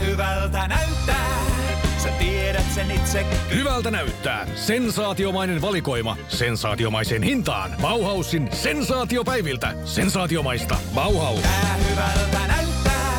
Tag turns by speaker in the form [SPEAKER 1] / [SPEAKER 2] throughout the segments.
[SPEAKER 1] hyvältä näyttää. Sä tiedät sen itse.
[SPEAKER 2] Hyvältä näyttää. Sensaatiomainen valikoima. Sensaatiomaiseen hintaan. Bauhausin sensaatiopäiviltä. Sensaatiomaista. Bauhaus.
[SPEAKER 1] Tää hyvältä näyttää.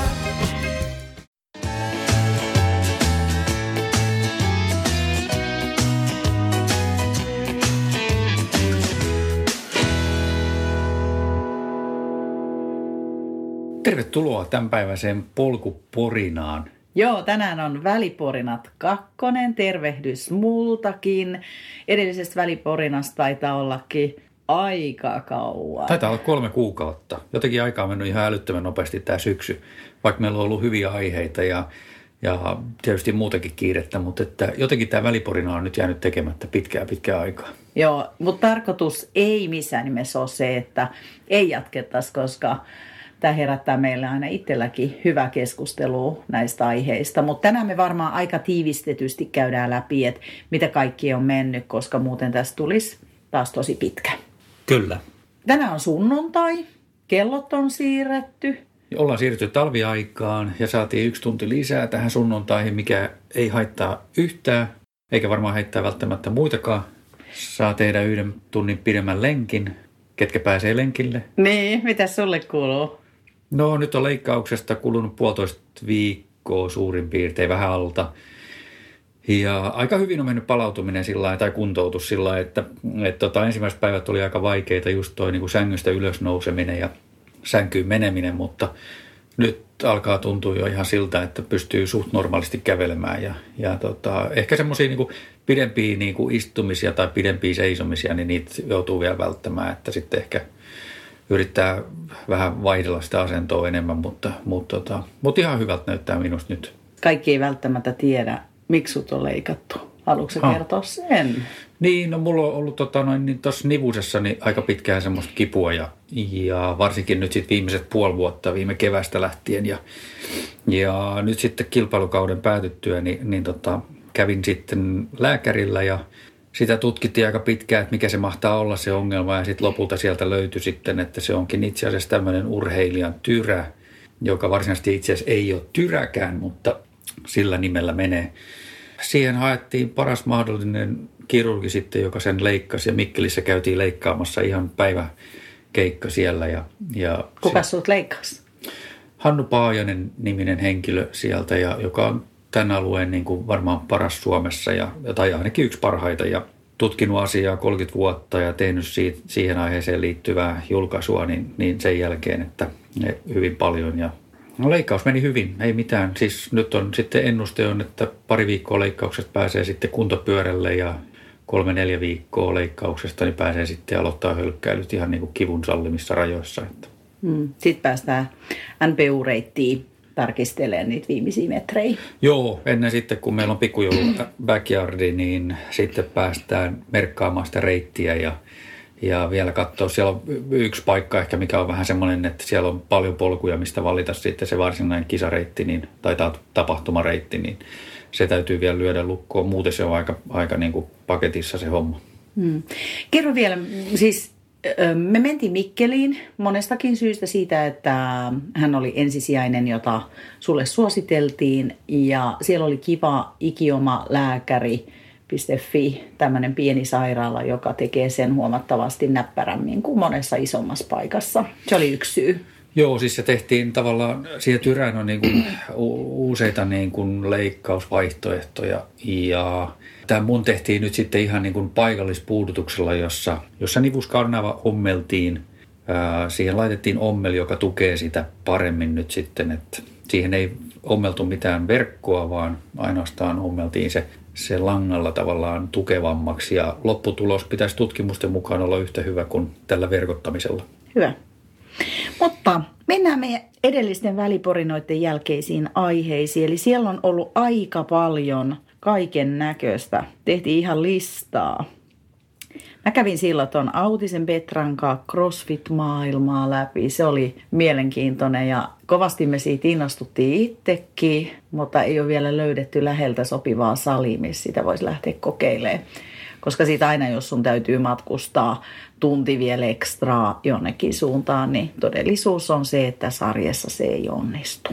[SPEAKER 3] Tervetuloa tämänpäiväiseen polkuporinaan.
[SPEAKER 4] Joo, tänään on Väliporinat 2. Tervehdys multakin. Edellisestä Väliporinasta taitaa ollakin aika kauan.
[SPEAKER 3] Taitaa olla 3 kuukautta. Jotenkin aikaa on mennyt ihan älyttömän nopeasti tämä syksy, vaikka meillä on ollut hyviä aiheita ja tietysti muutakin kiirettä, mutta että jotenkin tämä Väliporina on nyt jäänyt tekemättä pitkää aikaa.
[SPEAKER 4] Joo, mutta tarkoitus ei missään nimessä ole se, että ei jatkettaisi, koska tämä herättää meille aina itselläkin hyvää keskustelua näistä aiheista. Mutta tänään me varmaan aika tiivistetysti käydään läpi, että mitä kaikki on mennyt, koska muuten tästä tulisi taas tosi pitkä.
[SPEAKER 3] Kyllä.
[SPEAKER 4] Tänään on sunnuntai, kellot on siirretty.
[SPEAKER 3] Ollaan siirrytty talviaikaan ja saatiin 1 tunti lisää tähän sunnuntaihin, mikä ei haittaa yhtään, eikä varmaan haittaa välttämättä muitakaan. Saa tehdä 1 tunnin pidemmän lenkin. Ketkä pääsee lenkille?
[SPEAKER 4] Niin, mitä sulle kuuluu?
[SPEAKER 3] No nyt on leikkauksesta kulunut 1,5 viikkoa suurin piirtein, vähän alta. Ja aika hyvin on mennyt palautuminen sillä tai kuntoutus sillä lailla, että ensimmäiset päivät oli aika vaikeita, just toi niin kuin sängystä ylös nouseminen ja sänkyyn meneminen, mutta nyt alkaa tuntua jo ihan siltä, että pystyy suht normaalisti kävelemään ja ehkä semmoisia niin kuin pidempiä niin kuin istumisia tai pidempiä seisomisia, niin niitä joutuu vielä välttämään, että sitten ehkä yrittää vähän vaihdella sitä asentoa enemmän, mutta ihan hyvältä näyttää minusta nyt.
[SPEAKER 4] Kaikki ei välttämättä tiedä, miksi sut on leikattu. Haluatko kertoa sen?
[SPEAKER 3] Niin, no mulla on ollut tuossa nivusessani aika pitkään semmoista kipua ja varsinkin nyt sitten viimeiset 0,5 vuotta viime kevästä lähtien ja nyt sitten kilpailukauden päätyttyä, niin kävin sitten lääkärillä ja sitä tutkittiin aika pitkään, että mikä se mahtaa olla se ongelma ja sitten lopulta sieltä löytyi sitten, että se onkin itse asiassa tämmöinen urheilijan tyrä, joka varsinaisesti itse asiassa ei ole tyräkään, mutta sillä nimellä menee. Siihen haettiin paras mahdollinen kirurgi sitten, joka sen leikkasi ja Mikkelissä käytiin leikkaamassa ihan päiväkeikka siellä.
[SPEAKER 4] Kuka sut leikkasi?
[SPEAKER 3] Hannu Paajanen niminen henkilö sieltä, joka on tämän alueen niin kuin varmaan paras Suomessa tai ainakin yksi parhaita ja tutkinut asiaa 30 vuotta ja tehnyt siihen aiheeseen liittyvää julkaisua niin sen jälkeen, että hyvin paljon ja leikkaus meni hyvin, ei mitään. Siis nyt on sitten ennuste on, että 2 viikkoa leikkauksesta pääsee sitten kuntopyörälle ja 3-4 viikkoa leikkauksesta niin pääsee sitten aloittaa hölkkäilyt ihan niin kuin kivun sallimissa rajoissa.
[SPEAKER 4] Sitten päästään NPU-reittiin tarkistelemaan niitä viimeisiä metrejä.
[SPEAKER 3] Joo, ennen sitten kun meillä on pikkujoulu backyardi, niin sitten päästään merkkaamaan sitä reittiä ja vielä katsoa, siellä on yksi paikka ehkä, mikä on vähän semmoinen, että siellä on paljon polkuja, mistä valita sitten se varsinainen kisareitti tai tapahtumareitti, niin se täytyy vielä lyödä lukkoon. Muuten se on aika niin kuin paketissa se homma.
[SPEAKER 4] Kerro vielä, siis me mentiin Mikkeliin monestakin syystä siitä, että hän oli ensisijainen, jota sulle suositeltiin ja siellä oli kiva ikioma lääkäri.fi, tämmöinen pieni sairaala, joka tekee sen huomattavasti näppärämmin kuin monessa isommassa paikassa. Se oli yksi syy.
[SPEAKER 3] Joo, siis se tehtiin tavallaan, siihen tyrään on niin kuin useita niin kuin leikkausvaihtoehtoja ja tämä mun tehtiin nyt sitten ihan niin kuin paikallispuudutuksella, jossa nivuskarnava ommeltiin. Siihen laitettiin ommeli, joka tukee sitä paremmin nyt sitten, että siihen ei ommeltu mitään verkkoa, vaan ainoastaan ommeltiin se langalla tavallaan tukevammaksi ja lopputulos pitäisi tutkimusten mukaan olla yhtä hyvä kuin tällä verkottamisella.
[SPEAKER 4] Hyvä. Mutta mennään meidän edellisten väliporinoiden jälkeisiin aiheisiin. Eli siellä on ollut aika paljon kaiken näköistä. Tehtiin ihan listaa. Mä kävin silloin tuon Autisen Petran kanssa CrossFit-maailmaa läpi. Se oli mielenkiintoinen ja kovasti me siitä innostuttiin itsekin, mutta ei ole vielä löydetty läheltä sopivaa salia, missä sitä voisi lähteä kokeilemaan. Koska siitä aina, jos sun täytyy matkustaa tunti vielä ekstraa jonnekin suuntaan, niin todellisuus on se, että sarjassa se ei onnistu.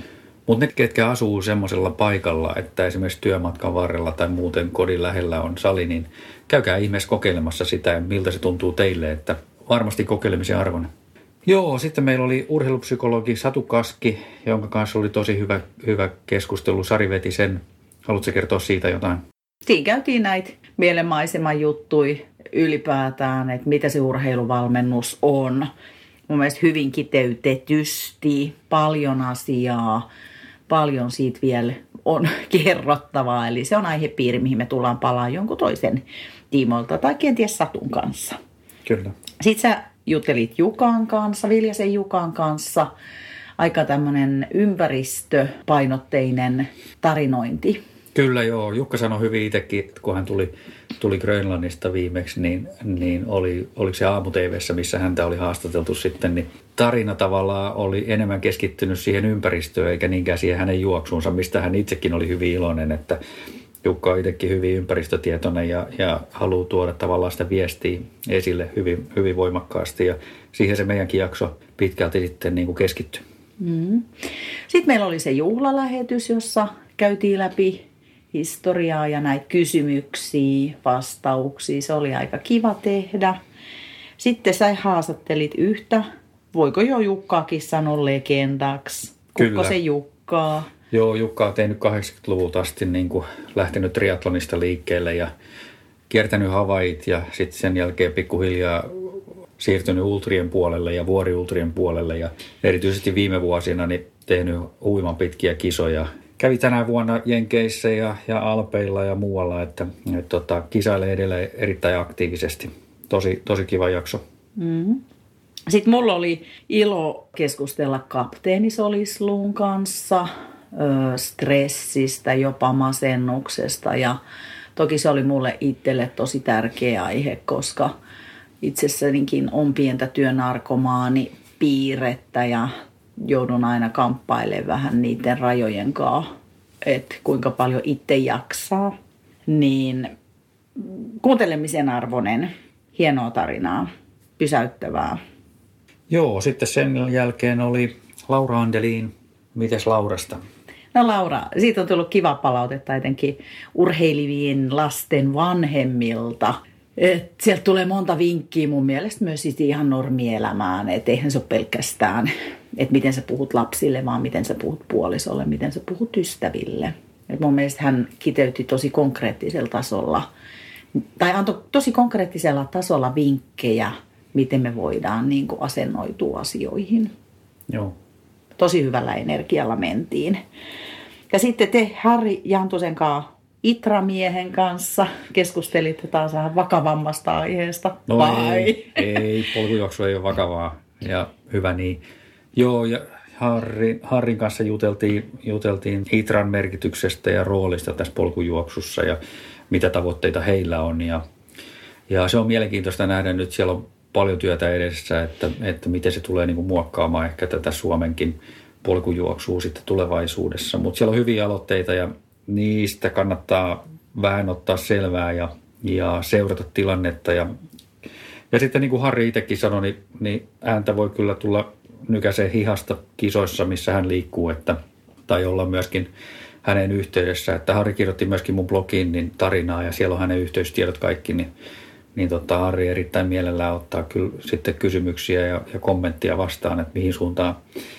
[SPEAKER 3] Mutta ne, ketkä asuu semmoisella paikalla, että esimerkiksi työmatkan varrella tai muuten kodin lähellä on sali, niin käykää ihmeessä kokeilemassa sitä, miltä se tuntuu teille, että varmasti kokeilemisen arvoinen. Joo, sitten meillä oli urheilupsykologi Satu Kaski, jonka kanssa oli tosi hyvä keskustelu. Sari veti sen. Haluatko kertoa siitä jotain?
[SPEAKER 4] Siinä käytiin näitä mielenmaiseman juttui ylipäätään, että mitä se urheiluvalmennus on. Mun mielestä hyvin kiteytetysti, paljon asiaa, paljon siitä vielä on kerrottavaa. Eli se on aihepiiri, mihin me tullaan palaamaan jonkun toisen tiimoilta tai kenties Satun kanssa.
[SPEAKER 3] Kyllä.
[SPEAKER 4] Sitten sä juttelit Jukan kanssa, Viljasen Jukan kanssa. Aika tämmöinen ympäristöpainotteinen tarinointi.
[SPEAKER 3] Kyllä joo, Jukka sanoi hyvin itsekin, kun hän tuli Grönlannista viimeksi, niin oliko se aamu-tv:ssä, missä häntä oli haastateltu sitten, niin tarina tavallaan oli enemmän keskittynyt siihen ympäristöön eikä niinkään siihen hänen juoksuunsa, mistä hän itsekin oli hyvin iloinen, että Jukka on itsekin hyvin ympäristötietoinen ja haluaa tuoda tavallaan sitä viestiä esille hyvin, hyvin voimakkaasti ja siihen se meidänkin jakso pitkälti sitten niin kuin keskittyi.
[SPEAKER 4] Sitten meillä oli se juhlalähetys, jossa käytiin läpi historiaa ja näitä kysymyksiä, vastauksia. Se oli aika kiva tehdä. Sitten sä haastattelit yhtä, voiko jo Jukkaakin sanoa legendaksi? Kukkosen Jukkaa.
[SPEAKER 3] Joo, Jukka on tehnyt 80-luvulta asti niin kuin lähtenyt triathlonista liikkeelle ja kiertänyt Havaijit ja sitten sen jälkeen pikkuhiljaa siirtynyt ultrien puolelle ja vuoriultrien puolelle ja erityisesti viime vuosina niin tehnyt huiman pitkiä kisoja. Kävi tänä vuonna Jenkeissä ja Alpeilla ja muualla, että kisailee edelleen erittäin aktiivisesti. Tosi kiva jakso.
[SPEAKER 4] Mm-hmm. Sitten mulla oli ilo keskustella kapteeni Solisluun kanssa stressistä, jopa masennuksesta ja toki se oli mulle itselle tosi tärkeä aihe, koska itsessänikin on pientä työnarkomaani piirrettä ja joudun aina kamppailemaan vähän niiden rajojen kanssa, että kuinka paljon itse jaksaa. Niin kuuntelemisen arvoinen, hienoa tarinaa, pysäyttävää.
[SPEAKER 3] Joo, sitten sen jälkeen oli Laura Andelin. Mites Laurasta?
[SPEAKER 4] No Laura, siitä on tullut kiva palautetta etenkin urheilivien lasten vanhemmilta. Sieltä tulee monta vinkkiä mun mielestä myös ihan normielämään, että eihän se ole pelkästään, että miten sä puhut lapsille, vaan miten sä puhut puolisolle, miten sä puhut ystäville. Et mun mielestä hän kiteytti tosi konkreettisella tasolla, tai antoi tosi konkreettisella tasolla vinkkejä, miten me voidaan niin kuin asennoitua asioihin.
[SPEAKER 3] Joo.
[SPEAKER 4] Tosi hyvällä energialla mentiin. Ja sitten te Harri Jantusen kanssa Itra-miehen kanssa keskustelitte taas vähän vakavammasta aiheesta.
[SPEAKER 3] No ei, polkujuoksu ei ole vakavaa ja hyvä niin. Joo, ja Harrin kanssa juteltiin Itran merkityksestä ja roolista tässä polkujuoksussa ja mitä tavoitteita heillä on. Ja se on mielenkiintoista nähdä nyt, siellä on paljon työtä edessä, että miten se tulee niin kuin muokkaamaan ehkä tätä Suomenkin polkujuoksua sitten tulevaisuudessa. Mutta siellä on hyviä aloitteita ja niistä kannattaa vähän ottaa selvää ja seurata tilannetta. Ja sitten niin kuin Harri itsekin sanoi, niin ääntä voi kyllä tulla nykäiseen hihasta kisoissa, missä hän liikkuu, tai olla myöskin hänen yhteydessä. Että Harri kirjoitti myöskin mun blogiin niin tarinaa ja siellä on hänen yhteystiedot kaikki, niin Harri erittäin mielellään ottaa kyllä sitten kysymyksiä ja kommenttia vastaan, että mihin suuntaan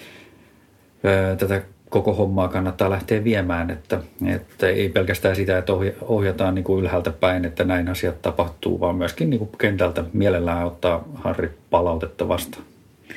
[SPEAKER 3] tätä koko hommaa kannattaa lähteä viemään, että ei pelkästään sitä, että ohjataan niin kuin ylhäältä päin, että näin asiat tapahtuu, vaan myöskin niin kuin kentältä mielellään ottaa Harri palautetta vastaan.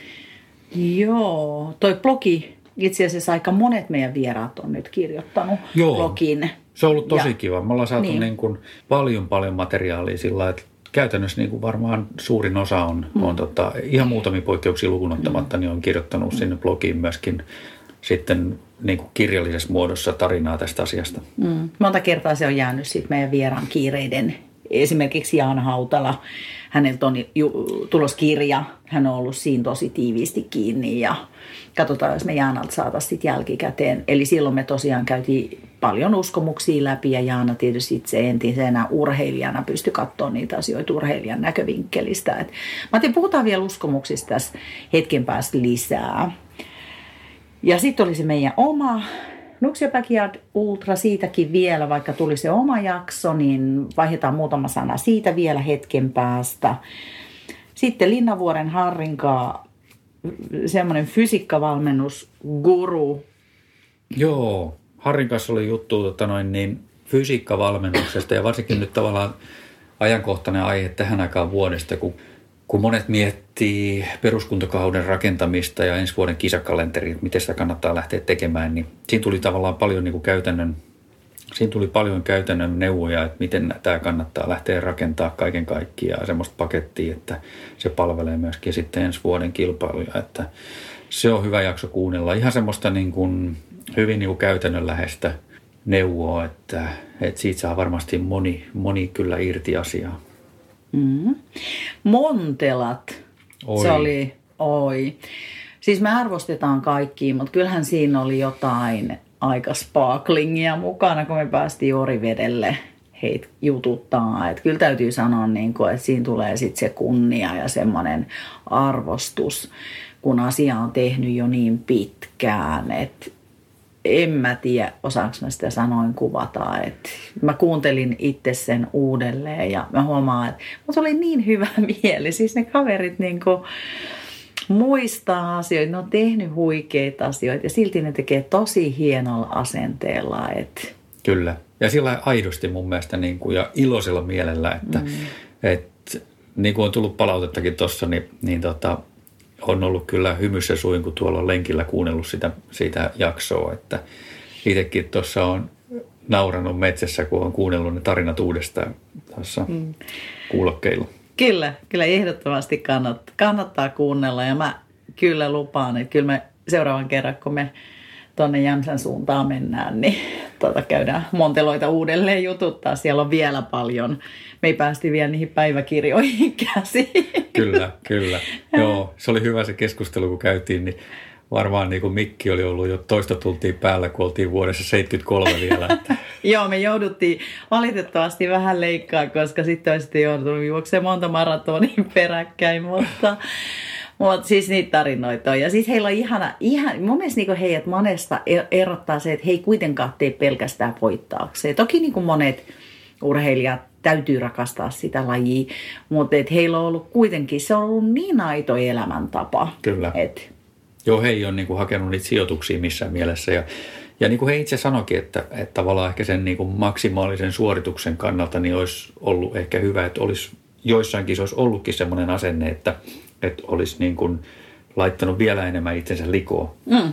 [SPEAKER 4] Joo, toi blogi, itse asiassa aika monet meidän vieraat on nyt kirjoittanut blogin.
[SPEAKER 3] Se on ollut tosi kiva. Me ollaan saatu niin kuin paljon materiaalia sillä, että käytännössä niin kuin varmaan suurin osa on ihan muutamia poikkeuksia lukuun ottamatta, niin on kirjoittanut sinne blogiin myöskin sitten niin kuin kirjallisessa muodossa tarinaa tästä asiasta.
[SPEAKER 4] Monta kertaa se on jäänyt sitten meidän vieraan kiireiden. Esimerkiksi Jaana Hautala, häneltä on tulos kirja, hän on ollut siinä tosi tiiviisti kiinni ja katsotaan, jos me Jaanalta saataisiin sitten jälkikäteen. Eli silloin me tosiaan käytiin paljon uskomuksia läpi ja Jaana tietysti itse entisenä urheilijana pystyi katsoa niitä asioita urheilijan näkövinkkelistä. Mä ajattelin, puhutaan vielä uskomuksista tässä hetken päästä lisää. Ja sitten oli se meidän oma Luxia Backyard Ultra, siitäkin vielä, vaikka tuli se oma jakso, niin vaihdetaan muutama sana siitä vielä hetken päästä. Sitten Linnavuoren Harrinkaa semmoinen fysiikkavalmennusguru.
[SPEAKER 3] Joo, Harrin kanssa oli juttu fysiikkavalmennuksesta ja varsinkin nyt tavallaan ajankohtainen aihe tähän aikaan vuodesta, kun monet miettii peruskuntokauden rakentamista ja ensi vuoden kisakalenteri, miten sitä kannattaa lähteä tekemään, niin siinä tuli tavallaan paljon käytännön neuvoja, että miten tämä kannattaa lähteä rakentaa kaiken kaikkiaan semmoista pakettia, että se palvelee myöskin sitten ensi vuoden kilpailuja, että se on hyvä jakso kuunnella. Ihan semmoista hyvin käytännönläheistä neuvoa, että siitä saa varmasti moni kyllä irti asiaa.
[SPEAKER 4] Mm. Montelat. Se oli, Siis me arvostetaan kaikkia, mutta kyllähän siinä oli jotain aika sparklingia mukana, kun me päästiin Orivedelle heitä jututtaa. Että kyllä täytyy sanoa, että siinä tulee sitten se kunnia ja semmoinen arvostus, kun asia on tehnyt jo niin pitkään, että en mä tiedä, osaanko mä sitä sanoin kuvata. Että mä kuuntelin itse sen uudelleen ja mä huomaan, että mulla oli niin hyvä mieli. Siis ne kaverit muistaa asioita, ne on tehnyt huikeita asioita ja silti ne tekee tosi hienolla asenteella. Että...
[SPEAKER 3] Kyllä. Ja sillä aidosti mun mielestä ja iloisella mielellä, että niin kuin on tullut palautettakin tuossa, niin on ollut kyllä hymyssä suin, kun tuolla on lenkillä kuunnellut siitä jaksoa, että itsekin tuossa on nauranut metsässä, kun on kuunnellut ne tarinat uudestaan tuossa kuulokkeilla.
[SPEAKER 4] Kyllä ehdottomasti kannattaa kuunnella ja mä kyllä lupaan, että kyllä me seuraavan kerran, kun me tuonne Jämsän suuntaan mennään, niin käydään Monteloita uudelleen jututtaa. Siellä on vielä paljon. Me ei päästi vielä niihin päiväkirjoihin käsiin. Kyllä. Joo, se oli hyvä se keskustelu, kun käytiin, niin varmaan mikki oli ollut jo toista tuntia päällä, kun oltiin vuodessa 73 vielä. Joo, me jouduttiin valitettavasti vähän leikkaa, koska sitten olisi jouduttu juoksemaan monta maratonia peräkkäin, mutta siis niitä tarinoita on. Ja siis heillä on ihan mun mielestä heidät monesta erottaa se, että he ei kuitenkaan tee pelkästään voittaakseen. Toki monet urheilijat täytyy rakastaa sitä lajia, mutta heillä on ollut kuitenkin, se on ollut niin aito elämäntapa.
[SPEAKER 3] Kyllä. Joo, he ei ole hakenut niitä sijoituksia missään mielessä. Ja niin kuin he itse sanoikin, että tavallaan ehkä sen maksimaalisen suorituksen kannalta niin olisi ollut ehkä hyvä, että olisi joissain se olisi ollutkin semmoinen asenne, että olisi laittanut vielä enemmän itsensä likoon.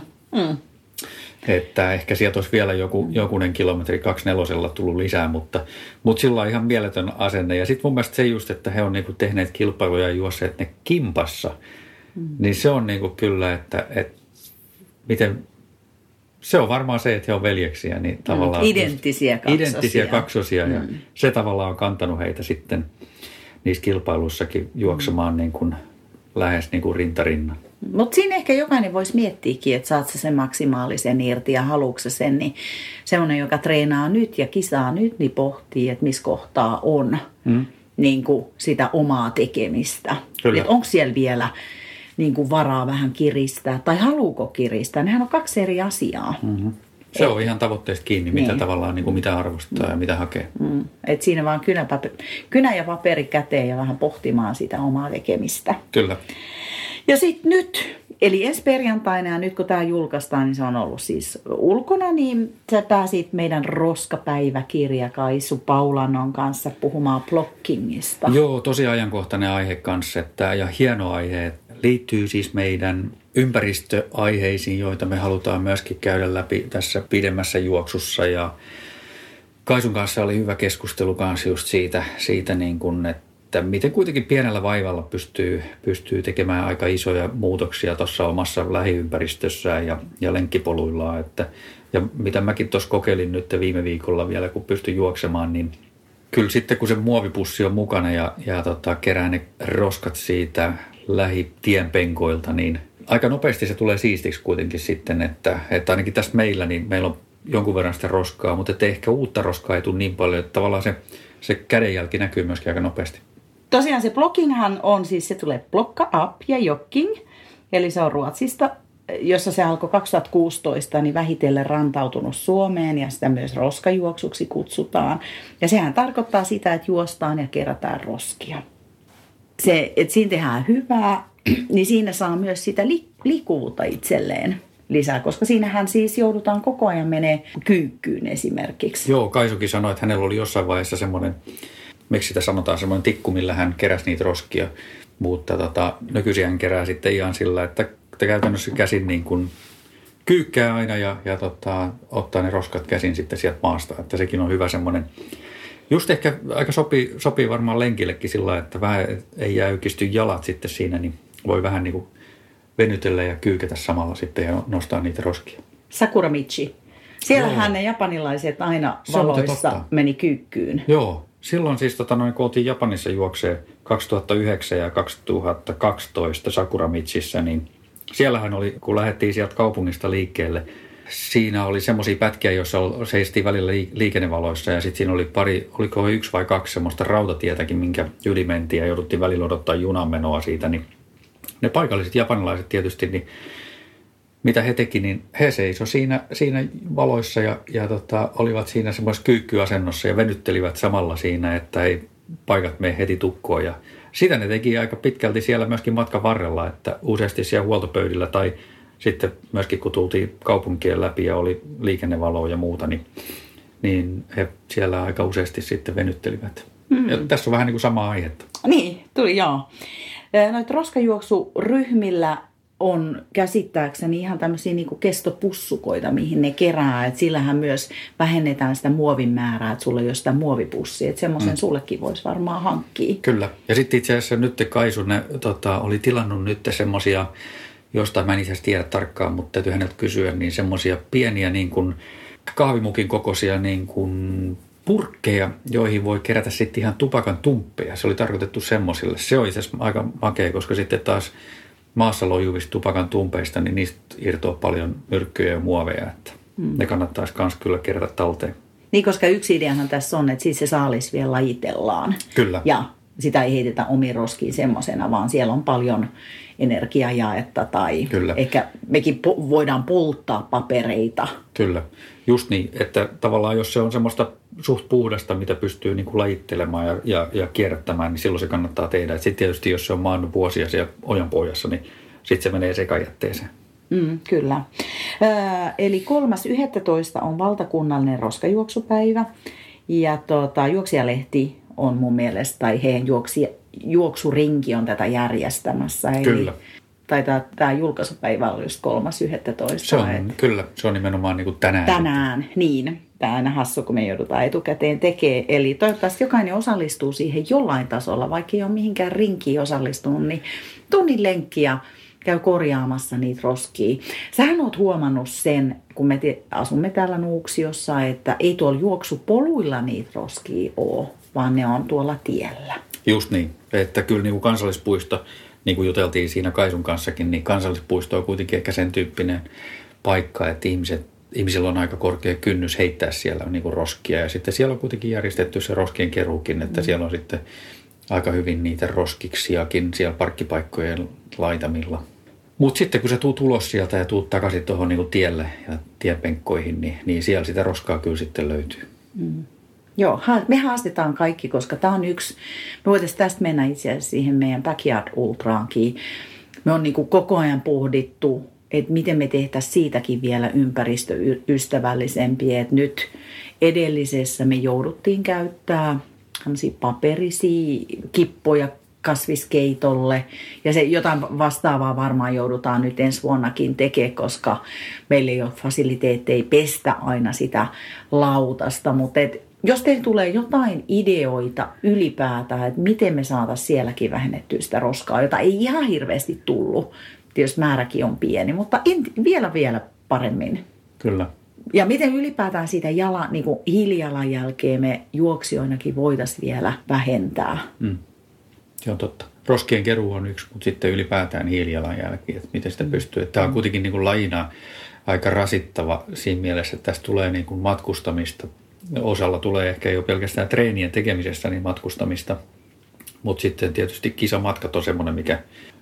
[SPEAKER 3] Että ehkä sieltä olisi vielä jokunen kilometri 24 tullut lisää, mutta sillä on ihan mieletön asenne. Ja sitten mun mielestä se just, että he on tehneet kilpailuja ja juosseet ne kimpassa, niin se on kyllä, että miten... Se on varmaan se, että he on veljeksiä, niin tavallaan... Identtisiä kaksosia. Ja se tavallaan on kantanut heitä sitten niissä kilpailuissakin juoksemaan lähes rintarinnan.
[SPEAKER 4] Mutta siinä ehkä jokainen voisi miettiäkin, että saat sä sen maksimaalisen irti ja haluatko sä sen, niin semmoinen, joka treenaa nyt ja kisaa nyt, niin pohtii, että missä kohtaa on sitä omaa tekemistä. Että onko siellä vielä varaa vähän kiristää tai haluuko kiristää. Nehän on kaksi eri asiaa.
[SPEAKER 3] Mm-hmm. Se on ihan tavoitteesta kiinni, mitä tavallaan mitä arvostaa ja mitä hakee.
[SPEAKER 4] Et siinä vaan kynä ja paperi käteen ja vähän pohtimaan sitä omaa tekemistä.
[SPEAKER 3] Kyllä.
[SPEAKER 4] Ja sitten nyt, eli ensi perjantaina ja nyt kun tämä julkaistaan, niin se on ollut siis ulkona, niin sä pääsit meidän roskapäiväkirja Kaisu Paulanon kanssa puhumaan blockingista.
[SPEAKER 3] Joo, tosi ajankohtainen aihe kanssa, ja hieno aihe. Liittyy siis meidän ympäristöaiheisiin, joita me halutaan myöskin käydä läpi tässä pidemmässä juoksussa. Ja Kaisun kanssa oli hyvä keskustelu kanssa just siitä että miten kuitenkin pienellä vaivalla pystyy tekemään aika isoja muutoksia tuossa omassa lähiympäristössään ja lenkkipoluillaan. Ja mitä mäkin tuossa kokeilin nyt viime viikolla vielä, kun pystyn juoksemaan, niin kyllä sitten kun se muovipussi on mukana ja kerää ne roskat siitä lähitienpenkoilta, niin aika nopeasti se tulee siistiksi kuitenkin sitten, että ainakin tästä meillä, niin meillä on jonkun verran sitä roskaa, mutta että ehkä uutta roskaa ei tule niin paljon, että tavallaan se kädenjälki näkyy myöskin aika nopeasti.
[SPEAKER 4] Tosiaan se blogginghan on siis, se tulee blokka up ja jogging, eli se on ruotsista jossa se alkoi 2016, niin vähitellen rantautunut Suomeen ja sitä myös roskajuoksuksi kutsutaan. Ja sehän tarkoittaa sitä, että juostaan ja kerätään roskia. Se, että siinä tehdään hyvää, niin siinä saa myös sitä liikkuvuutta itselleen lisää, koska siinähän siis joudutaan koko ajan menee kyykkyyn esimerkiksi.
[SPEAKER 3] Joo, Kaisukin sanoi, että hänellä oli jossain vaiheessa semmoinen, miksi sitä sanotaan, semmoinen tikku, millä hän keräsi niitä roskia. Mutta nykyisin hän kerää sitten ihan sillä, että käytännössä käsin niin kuin kyykkää aina ja ottaa ne roskat käsin sitten sieltä maasta. Että sekin on hyvä semmoinen, just ehkä aika sopii varmaan lenkillekin sillä, että vähän ei jäykisty jalat sitten siinä, niin voi vähän niin kuin venytellä ja kyykätä samalla sitten ja nostaa niitä roskia.
[SPEAKER 4] Sakuramichi. Siellähän ne japanilaiset aina valoissa meni kyykkyyn.
[SPEAKER 3] Joo, silloin siis kun oltiin Japanissa juoksee 2009 ja 2012 Sakuramichissä, niin siellähän oli, kun lähdettiin sieltä kaupungista liikkeelle, siinä oli semmoisia pätkiä, joissa seistiin välillä liikennevaloissa ja sitten siinä oli oliko 1 vai 2 semmoista rautatietäkin, minkä yli mentiin ja jouduttiin välillä odottaa junanmenoa siitä, niin ne paikalliset japanilaiset tietysti, niin mitä he teki, niin he seisoi siinä valoissa ja olivat siinä semmoisessa kyykkyasennossa ja venyttelivät samalla siinä, että ei paikat mene heti tukkoon. Ja sitä ne teki aika pitkälti siellä myöskin matkan varrella, että useasti siellä huoltopöydillä tai sitten myöskin kun tultiin kaupunkien läpi ja oli liikennevaloa ja muuta, niin he siellä aika useasti sitten venyttelivät. Ja tässä on vähän niin kuin sama aihetta.
[SPEAKER 4] Niin, tuli joo. Noita roskajuoksuryhmillä on käsittääkseni ihan tämmöisiä niin kuin kestopussukoita, mihin ne kerää. Et sillähän myös vähennetään sitä muovin määrää, että sulla ei ole sitä muovipussia. Että semmoisen sullekin voisi varmaan hankkia.
[SPEAKER 3] Kyllä. Ja sitten itse asiassa nyt Kaisu oli tilannut nyt semmoisia, jostain mä en itse asiassa tiedä tarkkaan, mutta täytyy häneltä kysyä, niin semmoisia pieniä niin kuin kahvimukin kokoisia niin kuin purkkeja, joihin voi kerätä sitten ihan tupakan tumppeja. Se oli tarkoitettu semmoisille. Se on itse asiassa aika makea, koska sitten taas maassa lojuvista tupakan tumpeista, niin niistä irtoaa paljon myrkkyjä ja muoveja, että ne kannattaisi myös kyllä kerätä talteen.
[SPEAKER 4] Niin, koska yksi ideahan tässä on, että siis se saalis vielä lajitellaan.
[SPEAKER 3] Kyllä.
[SPEAKER 4] Ja sitä ei heitetä omiin roskiin semmoisena, vaan siellä on paljon energiajaetta tai
[SPEAKER 3] kyllä.
[SPEAKER 4] Ehkä mekin voidaan polttaa papereita.
[SPEAKER 3] Kyllä, just niin, että tavallaan jos se on semmoista suht puhdasta, mitä pystyy niin kuin lajittelemaan ja kierrättämään, niin silloin se kannattaa tehdä. Sitten tietysti jos se on maannut vuosia siellä ojanpohjassa, niin sitten se menee sekajätteeseen.
[SPEAKER 4] Kyllä. Eli 3.11. on valtakunnallinen roskajuoksupäivä ja juoksijalehti on mun mielestä, tai heidän juoksurinki on tätä järjestämässä.
[SPEAKER 3] Kyllä.
[SPEAKER 4] Taitaa tämä julkaisupäivä on just 3.11.
[SPEAKER 3] Se on, kyllä, se on nimenomaan niin kuin tänään.
[SPEAKER 4] Tänään, niin. Tämä on aina hassu, kun me joudutaan etukäteen tekemään. Eli toivottavasti jokainen osallistuu siihen jollain tasolla, vaikka ei ole mihinkään rinkiin osallistunut, niin tunnin lenkki ja käy korjaamassa niitä roskia. Sähän oot huomannut sen, kun me asumme täällä Nuuksiossa, että ei tuolla juoksupoluilla niitä roskia ole, vaan ne on tuolla tiellä. Just
[SPEAKER 3] niin, että kyllä niin kuin kansallispuisto, niin kuin juteltiin siinä Kaisun kanssakin, niin kansallispuisto on kuitenkin ehkä sen tyyppinen paikka, että ihmisillä on aika korkea kynnys heittää siellä niin kuin roskia. Ja sitten siellä on kuitenkin järjestetty se roskien keruukin, että siellä on sitten aika hyvin niitä roskiksiakin siellä parkkipaikkojen laitamilla. Mutta sitten kun sä tuut ulos sieltä ja tuut takaisin tuohon niin kuin tielle ja tienpenkkoihin, niin siellä sitä roskaa kyllä sitten löytyy.
[SPEAKER 4] Joo, me haastetaan kaikki, koska tämä on yksi, me voitaisiin tästä mennä itse asiassa siihen meidän Backyard Ultraankin. Me on niin kuin koko ajan pohdittu, että miten me tehtäisiin siitäkin vielä ympäristöystävällisempiä. Että nyt edellisessä me jouduttiin käyttää paperisia kippoja kasviskeitolle. Ja se jotain vastaavaa varmaan joudutaan nyt ensi vuonnakin tekemään, koska meillä ei ole fasiliteetteja pestä aina sitä lautasta. Mutta jos teille tulee jotain ideoita ylipäätään, että miten me saataisiin sielläkin vähennettyä sitä roskaa, jota ei ihan hirveästi tullut, jos määräkin on pieni, mutta vielä paremmin.
[SPEAKER 3] Kyllä.
[SPEAKER 4] Ja miten ylipäätään siitä niin hiilijalanjälkeä me juoksijoinakin voitaisiin vielä vähentää.
[SPEAKER 3] Se on totta. Roskien keruu on yksi, mutta sitten ylipäätään hiilijalanjälki, että miten sitä pystyy. Tämä on kuitenkin niin kuin lajina aika rasittava siinä mielessä, että tästä tulee niin kuin matkustamista. Osalla tulee ehkä jo pelkästään treenien tekemisessä niin matkustamista, mutta sitten tietysti kisamatkat on semmoinen,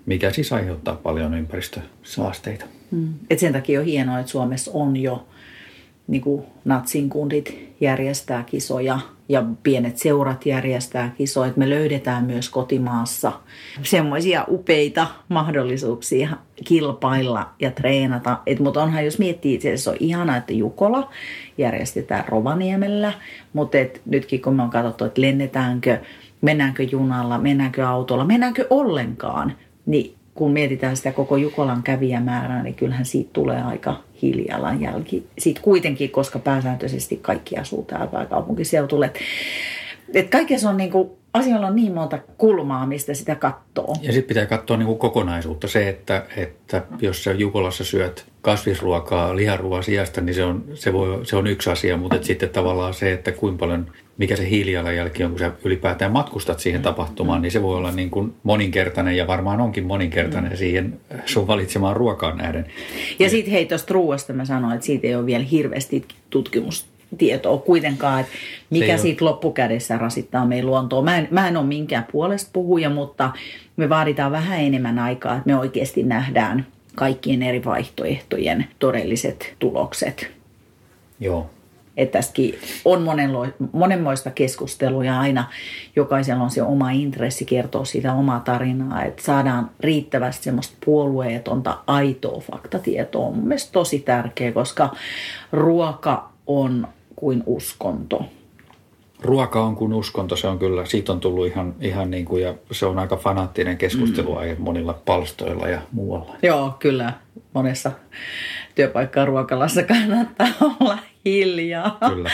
[SPEAKER 3] mikä siis aiheuttaa paljon ympäristösaasteita.
[SPEAKER 4] Et sen takia on hienoa, että Suomessa on jo niin kuin natsin kundit järjestää kisoja ja pienet seurat järjestää kisoja. Että me löydetään myös kotimaassa semmoisia upeita mahdollisuuksia kilpailla ja treenata. Mutta onhan, jos miettii itse asiassa, on ihanaa, että Jukola järjestetään Rovaniemellä. Mutta nytkin kun me on katsottu, että lennetäänkö, mennäänkö junalla, mennäänkö autolla, mennäänkö ollenkaan, niin kun mietitään sitä koko Jukolan kävijämäärää, niin kyllähän siitä tulee aika hiilijalanjälki. Siitä kuitenkin, koska pääsääntöisesti kaikki asuu täällä pääkaupunkiseutulle. Et kaikessa on niinku, asioilla on niin monta kulmaa, mistä sitä katsoo. Ja
[SPEAKER 3] sitten pitää katsoa niinku kokonaisuutta. Se, että jos sä Jukolassa syöt kasvisruokaa liharuoan sijasta, niin se on yksi asia. Mutta sitten tavallaan se, että kuinka paljon, mikä se hiilijalanjälki on, kun sä ylipäätään matkustat siihen tapahtumaan, niin se voi olla niin kuin moninkertainen ja varmaan onkin moninkertainen siihen sun valitsemaan ruokaan nähden. Ja
[SPEAKER 4] sitten hei, tuosta ruoasta mä sanoin, että siitä ei ole vielä hirveästi tutkimustietoa kuitenkaan, että mikä siitä loppukädessä rasittaa meidän luontoa. Mä en ole minkään puolesta puhuja, mutta me vaaditaan vähän enemmän aikaa, että me oikeasti nähdään kaikkien eri vaihtoehtojen todelliset tulokset.
[SPEAKER 3] Joo.
[SPEAKER 4] Että tästäkin on monenmoista keskustelua ja aina jokaisella on se oma intressi kertoa siitä omaa tarinaa, että saadaan riittävästi semmoista puolueetonta aitoa faktatietoa. On mun mielestä tosi tärkeä, koska ruoka on kuin uskonto.
[SPEAKER 3] Ruoka on kuin uskonto, se on kyllä, siitä on tullut ihan niin kuin, ja se on aika fanaattinen keskusteluaihe monilla palstoilla ja muualla.
[SPEAKER 4] Joo, kyllä. Monessa työpaikkaa ruokalassa kannattaa olla hiljaa. Kyllä.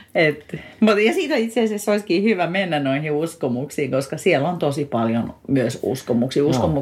[SPEAKER 4] Ja siitä itse asiassa olisikin hyvä mennä noihin uskomuksiin, koska siellä on tosi paljon myös uskomuksia.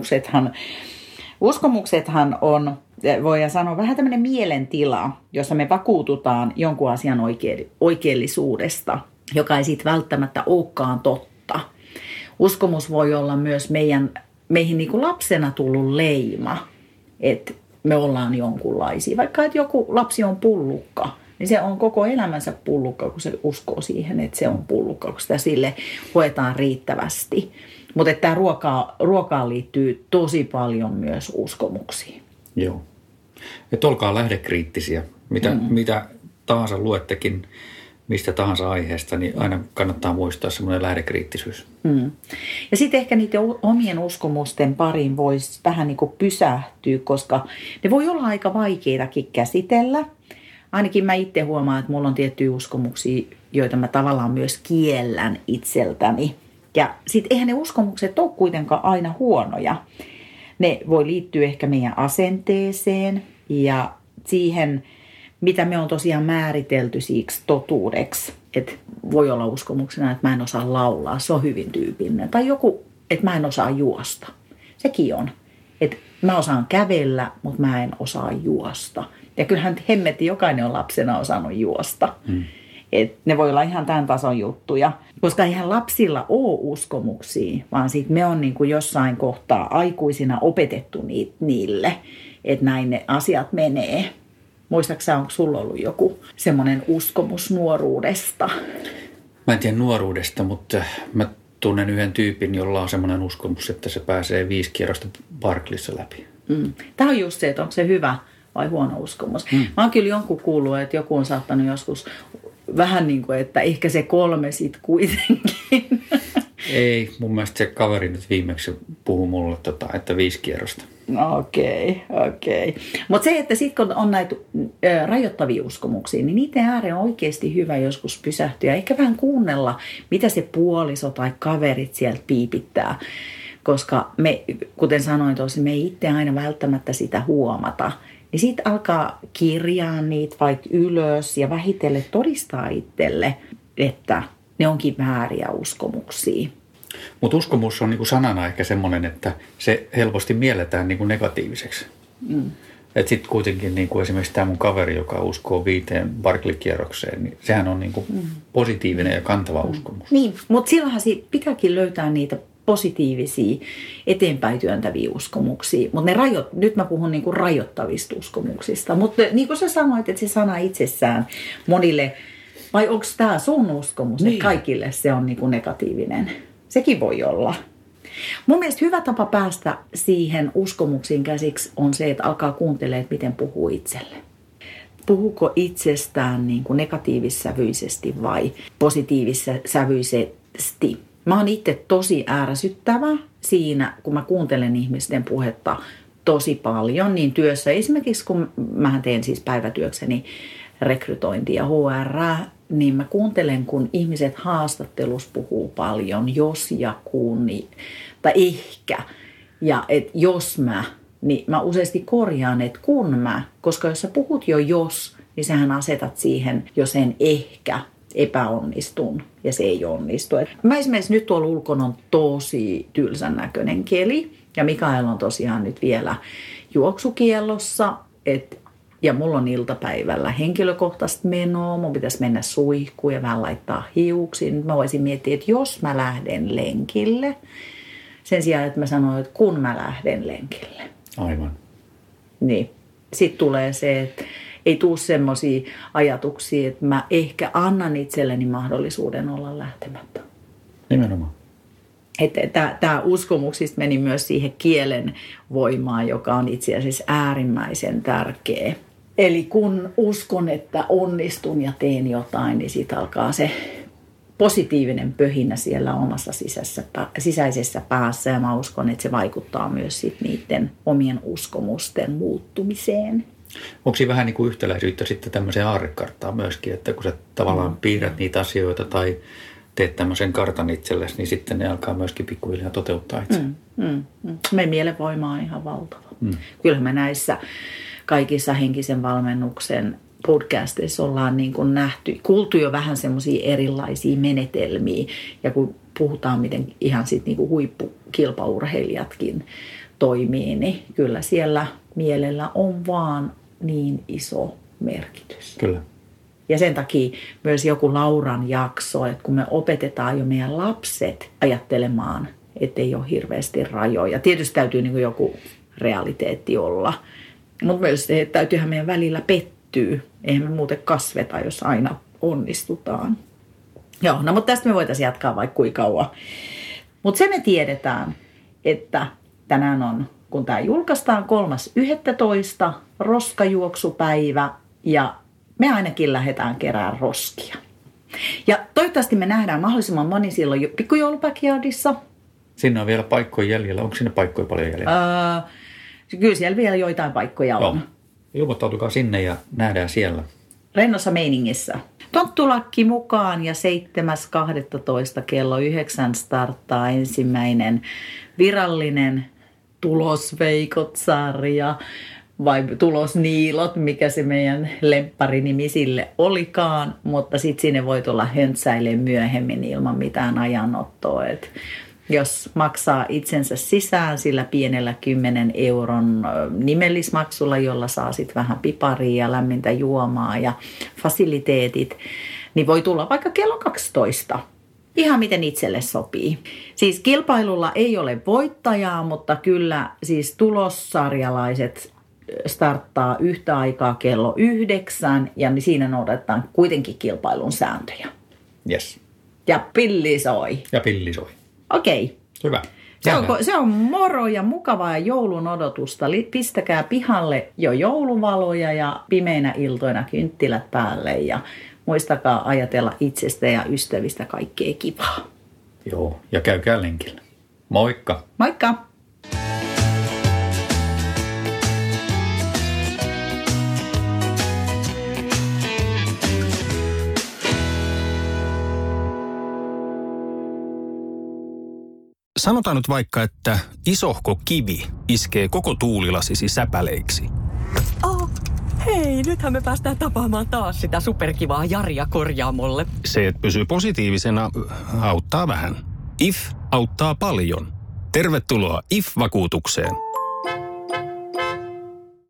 [SPEAKER 4] Uskomuksethan on, voidaan sanoa, vähän tämmöinen mielentila, jossa me vakuututaan jonkun asian oikeellisuudesta, joka ei sitten välttämättä olekaan totta. Uskomus voi olla myös meihin niin kuin lapsena tullut leima, että me ollaan jonkunlaisia. Vaikka että joku lapsi on pullukka, niin se on koko elämänsä pullukka, kun se uskoo siihen, että se on pullukka, kun sitä sille hoetaan riittävästi. Mutta tämä ruokaan liittyy tosi paljon myös uskomuksiin.
[SPEAKER 3] Joo. Että olkaa lähdekriittisiä. Mitä tahansa luettekin, mistä tahansa aiheesta, niin aina kannattaa muistaa semmoinen lähdekriittisyys.
[SPEAKER 4] Ja sitten ehkä niiden omien uskomusten pariin voisi vähän niin kuin pysähtyä, koska ne voi olla aika vaikeitakin käsitellä. Ainakin mä itse huomaan, että mulla on tiettyjä uskomuksia, joita mä tavallaan myös kiellän itseltäni. Ja sitten eihän ne uskomukset ole kuitenkaan aina huonoja. Ne voi liittyä ehkä meidän asenteeseen ja siihen, mitä me on tosiaan määritelty siksi totuudeksi. Että voi olla uskomuksena, että mä en osaa laulaa, se on hyvin tyypillinen. Tai joku, että mä en osaa juosta. Sekin on. Että mä osaan kävellä, mutta mä en osaa juosta. Ja kyllähän hemmetti jokainen on lapsena osannut juosta. Et ne voi olla ihan tämän tason juttuja. Koska eihän lapsilla ole uskomuksia, vaan sit me on niin kuin jossain kohtaa aikuisina opetettu niille, että näin ne asiat menee. Muistaaksä, onko sulla ollut joku semmoinen uskomus nuoruudesta?
[SPEAKER 3] Mä en tiedä nuoruudesta, mutta mä tunnen yhden tyypin, jolla on semmoinen uskomus, että se pääsee 5 kierrosta Barclayssa läpi.
[SPEAKER 4] Tämä on just se, että onko se hyvä vai huono uskomus. Mä oon kyllä jonkun kuullut, että joku on saattanut joskus vähän niin kuin, että ehkä se 3 sit kuitenkin.
[SPEAKER 3] Ei, mun mielestä se kaveri nyt viimeksi puhui mulle, että 5 kierrosta.
[SPEAKER 4] Okei. Mutta se, että sitten kun on näitä rajoittavia uskomuksia, niin niiden ääreen on oikeasti hyvä joskus pysähtyä. Ehkä vähän kuunnella, mitä se puoliso tai kaverit sieltä piipittää. Koska me, kuten sanoin tuossa, me ei itse aina välttämättä sitä huomata. Niin sitten alkaa kirjaa niitä vaikka ylös ja vähitellen todistaa itselle, että ne onkin vääriä uskomuksia.
[SPEAKER 3] Mutta uskomus on niinku sanana ehkä semmoinen, että se helposti mielletään niinku negatiiviseksi. Että sitten kuitenkin niinku esimerkiksi tämä mun kaveri, joka uskoo 5 Barclay-kierrokseen, niin sehän on niinku positiivinen ja kantava uskomus.
[SPEAKER 4] Niin, mutta silloinhan pitääkin löytää niitä positiivisia, eteenpäin työntäviä uskomuksia. Mutta nyt mä puhun niinku rajoittavista uskomuksista. Mutta niin kuin sä sanoit, että se sana itsessään monille, vai onko tämä sun uskomus, että kaikille se on niinku negatiivinen? Sekin voi olla. Mun mielestä hyvä tapa päästä siihen uskomuksiin käsiksi on se, että alkaa kuuntelemaan, että miten puhuu itselle. Puhuuko itsestään niin kuin negatiivissävyisesti vai positiivissävyisesti? Mä oon itse tosi ärsyttävä siinä, kun mä kuuntelen ihmisten puhetta tosi paljon, niin työssä esimerkiksi, kun mähän teen siis päivätyökseni rekrytointia ja HR, niin mä kuuntelen, kun ihmiset haastattelussa puhuu paljon, jos ja kun, tai ehkä, ja että jos mä, niin mä useasti korjaan, että kun mä, koska jos sä puhut jo jos, niin sähän asetat siihen jo sen ehkä epäonnistun ja se ei onnistu. Mä esimerkiksi nyt tuolla ulkona on tosi tylsän näköinen keli ja Mikael on tosiaan nyt vielä juoksukiellossa, ja mulla on iltapäivällä henkilökohtaista menoa, mun pitäisi mennä suihkuun ja vähän laittaa hiuksiin. Mä voisin miettiä, että jos mä lähden lenkille, sen sijaan, että mä sanoin, että kun mä lähden lenkille.
[SPEAKER 3] Aivan.
[SPEAKER 4] Niin. Sitten tulee se, että ei tule semmoisia ajatuksia, että mä ehkä annan itselleni mahdollisuuden olla lähtemättä.
[SPEAKER 3] Nimenomaan.
[SPEAKER 4] Tämä uskomuksista meni myös siihen kielen voimaan, joka on itse asiassa äärimmäisen tärkeä. Eli kun uskon, että onnistun ja teen jotain, niin siitä alkaa se positiivinen pöhinä siellä omassa sisäisessä päässä. Ja mä uskon, että se vaikuttaa myös sit niiden omien uskomusten muuttumiseen.
[SPEAKER 3] Onko siinä vähän niin kuin yhtäläisyyttä sitten tämmöiseen aarrekarttaan myöskin, että kun sä tavallaan piirrät niitä asioita tai teet tämmöisen kartan itsellesi, niin sitten ne alkaa myöskin pikkuhiljaa toteuttaa itse.
[SPEAKER 4] Meidän mielenvoima on ihan valtava. Kyllä me näissä kaikissa henkisen valmennuksen podcasteissa ollaan niin kuin kuultu jo vähän semmoisia erilaisia menetelmiä. Ja kun puhutaan, miten ihan sitten niin kuin huippukilpaurheilijatkin toimii, niin kyllä siellä mielellä on vaan niin iso merkitys.
[SPEAKER 3] Kyllä.
[SPEAKER 4] Ja sen takia myös joku Lauran jakso, että kun me opetetaan jo meidän lapset ajattelemaan, ettei ole hirveästi rajoja. Tietysti täytyy niin kuin joku realiteetti olla, mutta myös se, että täytyyhän meidän välillä pettyä. Eihän me muuten kasveta, jos aina onnistutaan. Joo, no mutta tästä me voitaisiin jatkaa vaikka kuinka kauan. Mutta se me tiedetään, että tänään on, kun tämä julkaistaan 3.11. roskajuoksupäivä ja me ainakin lähdetään kerään roskia. Ja toivottavasti me nähdään mahdollisimman moni silloin pikkujoulupäkiadissa.
[SPEAKER 3] Sinne on vielä paikkoja jäljellä. Onko sinne paikkoja paljon jäljellä?
[SPEAKER 4] Kyllä siellä vielä joitain paikkoja on.
[SPEAKER 3] Joo. Ilmoittautukaa sinne ja nähdään siellä.
[SPEAKER 4] Rennossa meiningissä. Tonttulakki mukaan ja 7.12. kello 9 starttaa ensimmäinen virallinen Tulosveikot-sarja. Vai Tulosniilot, mikä se meidän lempparinimi sille olikaan. Mutta sitten sinne voi tulla höntsäilemään myöhemmin ilman mitään ajanottoa. Et jos maksaa itsensä sisään sillä pienellä 10 euron nimellismaksulla, jolla saa sitten vähän piparia ja lämmintä juomaa ja fasiliteetit, niin voi tulla vaikka kello 12. Ihan miten itselle sopii. Siis kilpailulla ei ole voittajaa, mutta kyllä siis tulossarjalaiset starttaa yhtä aikaa kello 9 ja siinä noudatetaan kuitenkin kilpailun sääntöjä.
[SPEAKER 3] Yes.
[SPEAKER 4] Ja pilli soi.
[SPEAKER 3] Ja pilli soi.
[SPEAKER 4] Okei.
[SPEAKER 3] Hyvä.
[SPEAKER 4] Se on moro ja mukavaa joulun odotusta. Pistäkää pihalle jo jouluvaloja ja pimeinä iltoina kynttilät päälle ja muistakaa ajatella itsestä ja ystävistä kaikkea kivaa.
[SPEAKER 3] Joo, ja käykää lenkillä. Moikka!
[SPEAKER 4] Moikka!
[SPEAKER 2] Sanotaan nyt vaikka, että isohko kivi iskee koko tuulilasisi säpäleiksi.
[SPEAKER 5] Oh, hei, nythän me päästään tapaamaan taas sitä superkivaa Jaria korjaamolle.
[SPEAKER 2] Se, että pysyy positiivisena, auttaa vähän. IF auttaa paljon. Tervetuloa IF-vakuutukseen.